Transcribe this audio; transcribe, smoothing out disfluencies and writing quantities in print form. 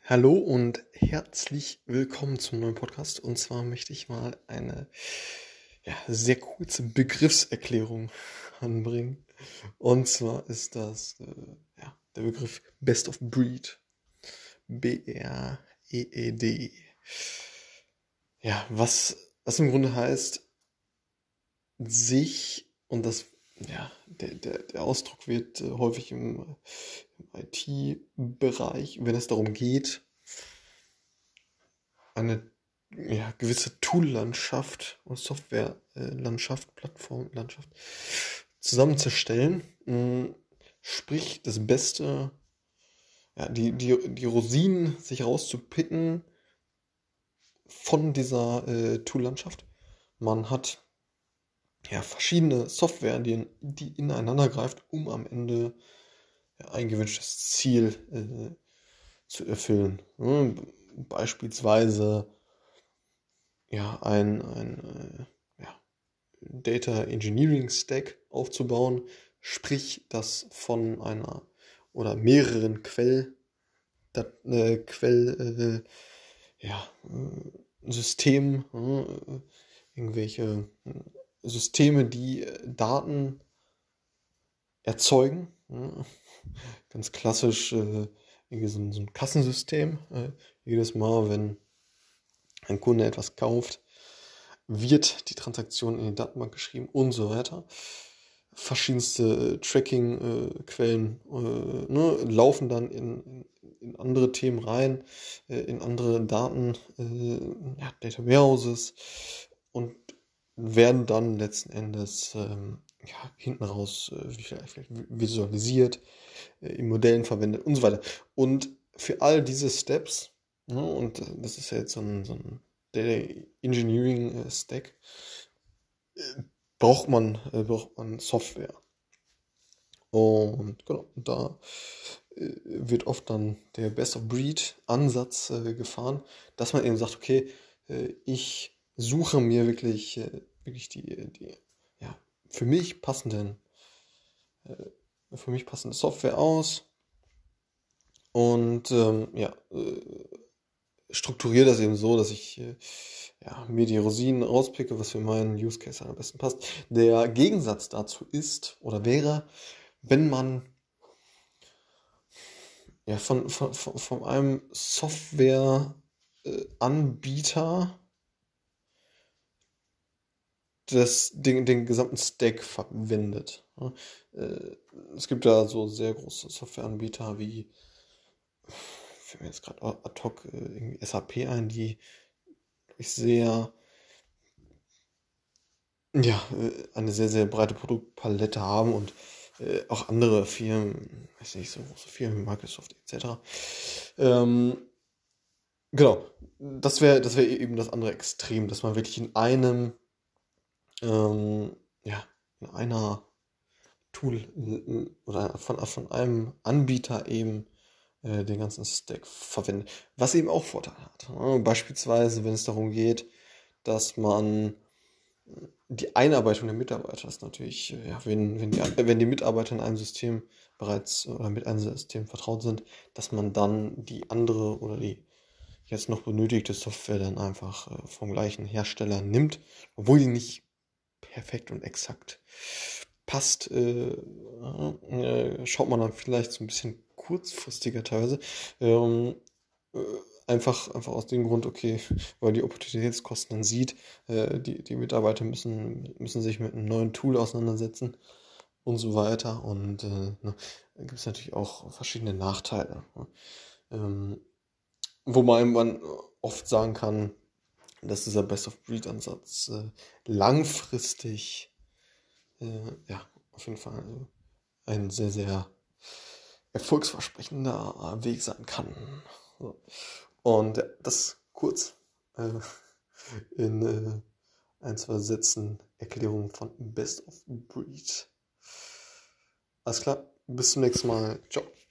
Hallo und herzlich willkommen zum neuen Podcast. Und zwar möchte ich mal eine sehr kurze Begriffserklärung anbringen. Und zwar ist das der Begriff Best of Breed. B-R-E-E-D. Was im Grunde heißt, sich, und der Ausdruck wird häufig im IT-Bereich, wenn es darum geht, eine gewisse Tool-Landschaft und Software-Landschaft, Plattform-Landschaft zusammenzustellen. Sprich, das Beste, die Rosinen sich rauszupicken von dieser Tool-Landschaft. Man hat verschiedene Software, die ineinander greift, um am Ende ein gewünschtes Ziel zu erfüllen. Beispielsweise ein Data Engineering Stack aufzubauen, sprich, das von einer oder mehreren Systemen, irgendwelche Systeme, die Daten erzeugen. Ganz klassisch irgendwie so ein Kassensystem. Jedes Mal, wenn ein Kunde etwas kauft, wird die Transaktion in die Datenbank geschrieben und so weiter. Verschiedenste Tracking-Quellen laufen dann in andere Themen rein, in andere Daten, Data Warehouses und werden dann letzten Endes hinten raus vielleicht visualisiert, in Modellen verwendet und so weiter. Und für all diese Steps, und das ist ja jetzt so ein Data Engineering Stack, braucht man Software. Und genau, da wird oft dann der Best-of-Breed-Ansatz gefahren, dass man eben sagt, okay, ich suche mir wirklich die für mich passende Software aus und strukturiere das eben so, dass ich mir die Rosinen rauspicke, was für meinen Use Case am besten passt. Der Gegensatz dazu ist oder wäre, wenn man von einem Softwareanbieter den gesamten Stack verwendet. Es gibt da so sehr große Softwareanbieter wie, fällt mir jetzt gerade ad hoc irgendwie SAP ein, die sehr eine sehr, sehr breite Produktpalette haben und auch andere Firmen, weiß nicht, so große Firmen wie Microsoft etc. Genau, das wär eben das andere Extrem, dass man wirklich in einem, in einer Tool oder von einem Anbieter eben den ganzen Stack verwendet. Was eben auch Vorteile hat. Beispielsweise, wenn es darum geht, dass man die Einarbeitung der Mitarbeiter ist natürlich, wenn die Mitarbeiter in einem System bereits oder mit einem System vertraut sind, dass man dann die andere oder die jetzt noch benötigte Software dann einfach vom gleichen Hersteller nimmt, obwohl die nicht perfekt und exakt passt, schaut man dann vielleicht so ein bisschen kurzfristiger teilweise. Äh, einfach aus dem Grund, okay, weil die Opportunitätskosten dann sieht, die Mitarbeiter müssen sich mit einem neuen Tool auseinandersetzen und so weiter. Und da gibt es natürlich auch verschiedene Nachteile. Wo man oft sagen kann, dass dieser Best-of-Breed-Ansatz langfristig auf jeden Fall ein sehr, sehr erfolgsversprechender Weg sein kann. So. Und das kurz äh, in ein, zwei Sätzen Erklärung von Best of Breed. Alles klar, bis zum nächsten Mal. Ciao.